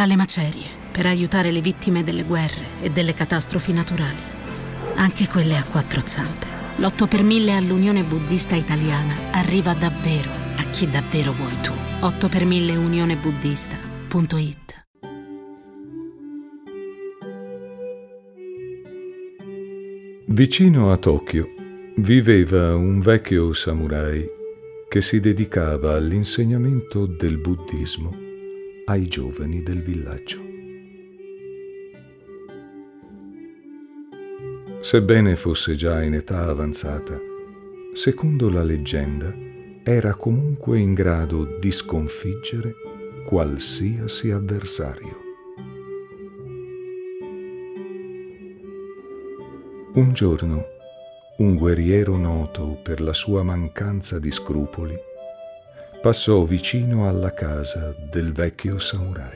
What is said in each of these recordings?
tra le macerie per aiutare le vittime delle guerre e delle catastrofi naturali, anche quelle a quattro zampe. L'8 per 1000 all'Unione Buddista Italiana arriva davvero a chi davvero vuoi tu. 8 per 1000 unionebuddista.it. Vicino a Tokyo viveva un vecchio samurai che si dedicava all'insegnamento del buddismo ai giovani del villaggio. Sebbene fosse già in età avanzata, secondo la leggenda era comunque in grado di sconfiggere qualsiasi avversario. Un giorno, un guerriero noto per la sua mancanza di scrupoli passò vicino alla casa del vecchio samurai.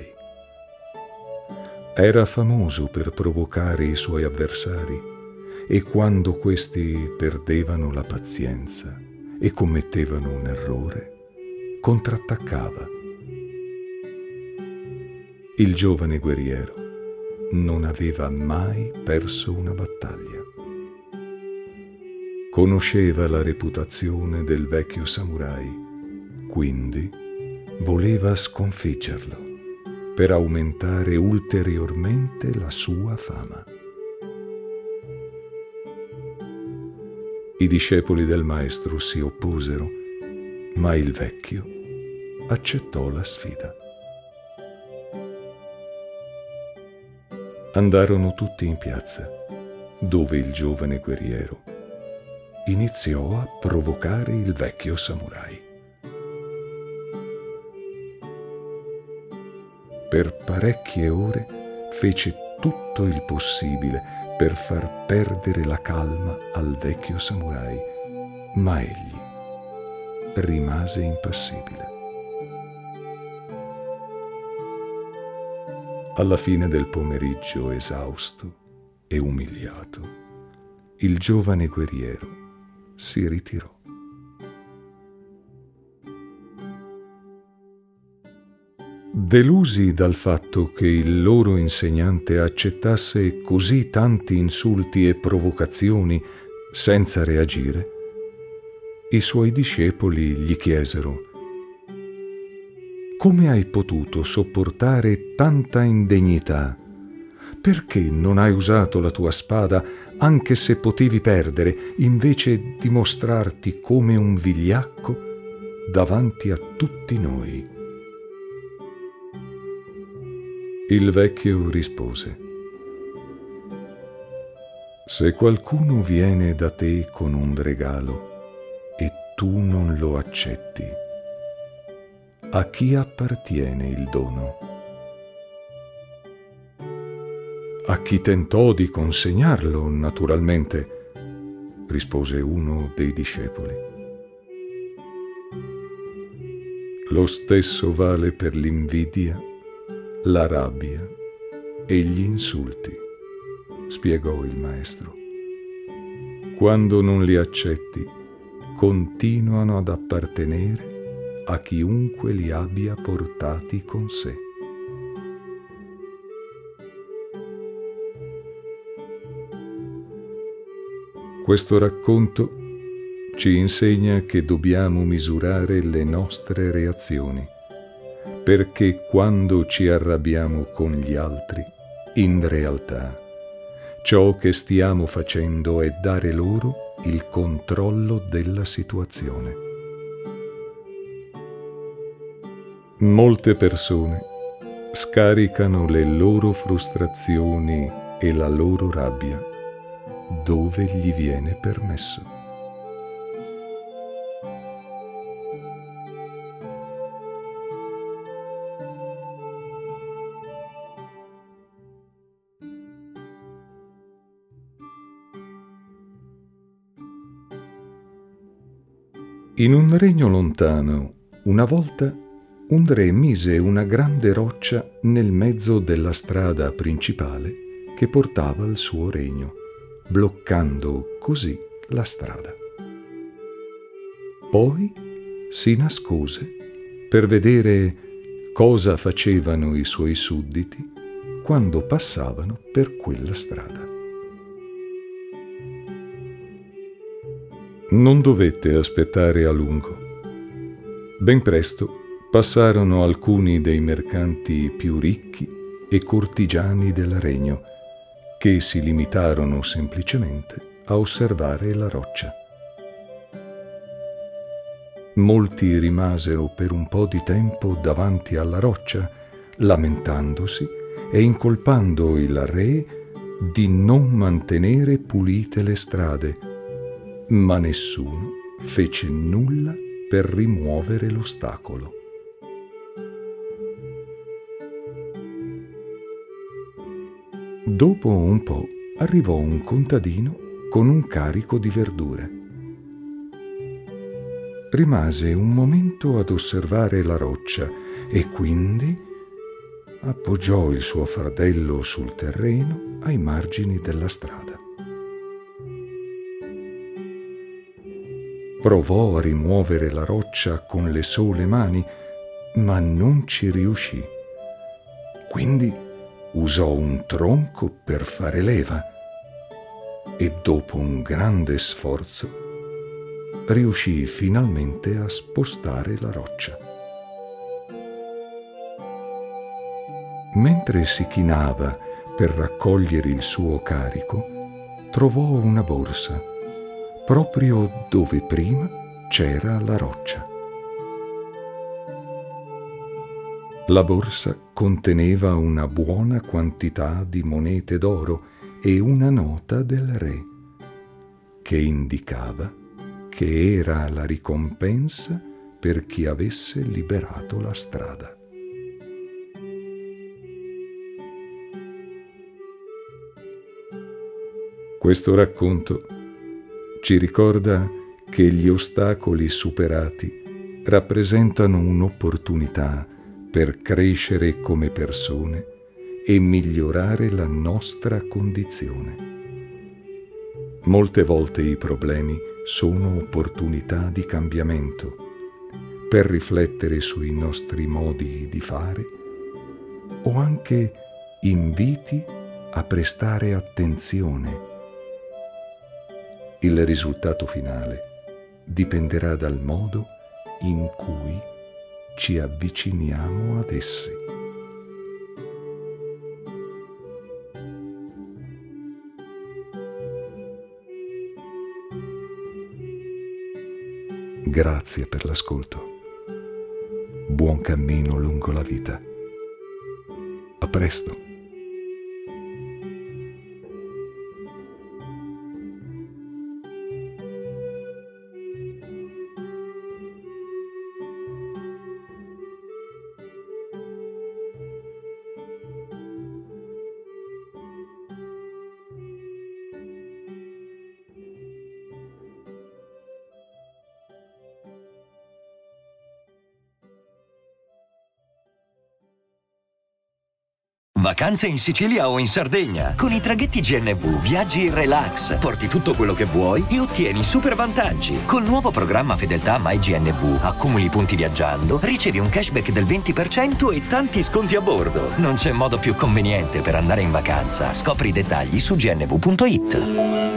Era famoso per provocare i suoi avversari e quando questi perdevano la pazienza e commettevano un errore, contrattaccava. Il giovane guerriero non aveva mai perso una battaglia. Conosceva la reputazione del vecchio samurai, quindi voleva sconfiggerlo per aumentare ulteriormente la sua fama. I discepoli del maestro si opposero, ma il vecchio accettò la sfida. Andarono tutti in piazza, dove il giovane guerriero iniziò a provocare il vecchio samurai. Per parecchie ore fece tutto il possibile per far perdere la calma al vecchio samurai, ma egli rimase impassibile. Alla fine del pomeriggio, esausto e umiliato, il giovane guerriero si ritirò. Delusi dal fatto che il loro insegnante accettasse così tanti insulti e provocazioni senza reagire, i suoi discepoli gli chiesero: «Come hai potuto sopportare tanta indegnità? Perché non hai usato la tua spada anche se potevi perdere, invece di mostrarti come un vigliacco davanti a tutti noi?» Il vecchio rispose: «Se qualcuno viene da te con un regalo e tu non lo accetti, a chi appartiene il dono?» «A chi tentò di consegnarlo, naturalmente», rispose uno dei discepoli. «Lo stesso vale per l'invidia, la rabbia e gli insulti», spiegò il maestro. «Quando non li accetti, continuano ad appartenere a chiunque li abbia portati con sé». Questo racconto ci insegna che dobbiamo misurare le nostre reazioni, perché quando ci arrabbiamo con gli altri, in realtà, ciò che stiamo facendo è dare loro il controllo della situazione. Molte persone scaricano le loro frustrazioni e la loro rabbia dove gli viene permesso. In un regno lontano, una volta, un re mise una grande roccia nel mezzo della strada principale che portava al suo regno, bloccando così la strada. Poi si nascose per vedere cosa facevano i suoi sudditi quando passavano per quella strada. Non dovette aspettare a lungo. Ben presto passarono alcuni dei mercanti più ricchi e cortigiani del regno, che si limitarono semplicemente a osservare la roccia. Molti rimasero per un po' di tempo davanti alla roccia, lamentandosi e incolpando il re di non mantenere pulite le strade, ma nessuno fece nulla per rimuovere l'ostacolo. Dopo un po' arrivò un contadino con un carico di verdure. Rimase un momento ad osservare la roccia e quindi appoggiò il suo fardello sul terreno ai margini della strada. Provò a rimuovere la roccia con le sole mani, ma non ci riuscì. Quindi usò un tronco per fare leva e dopo un grande sforzo riuscì finalmente a spostare la roccia. Mentre si chinava per raccogliere il suo carico, trovò una borsa, proprio dove prima c'era la roccia. La borsa conteneva una buona quantità di monete d'oro e una nota del re, che indicava che era la ricompensa per chi avesse liberato la strada. Questo racconto ci ricorda che gli ostacoli superati rappresentano un'opportunità per crescere come persone e migliorare la nostra condizione. Molte volte i problemi sono opportunità di cambiamento per riflettere sui nostri modi di fare o anche inviti a prestare attenzione. Il risultato finale dipenderà dal modo in cui ci avviciniamo ad essi. Grazie per l'ascolto. Buon cammino lungo la vita. A presto. Vacanze in Sicilia o in Sardegna. Con i traghetti GNV viaggi in relax, porti tutto quello che vuoi e ottieni super vantaggi. Col nuovo programma Fedeltà MyGNV accumuli punti viaggiando, ricevi un cashback del 20% e tanti sconti a bordo. Non c'è modo più conveniente per andare in vacanza. Scopri i dettagli su gnv.it.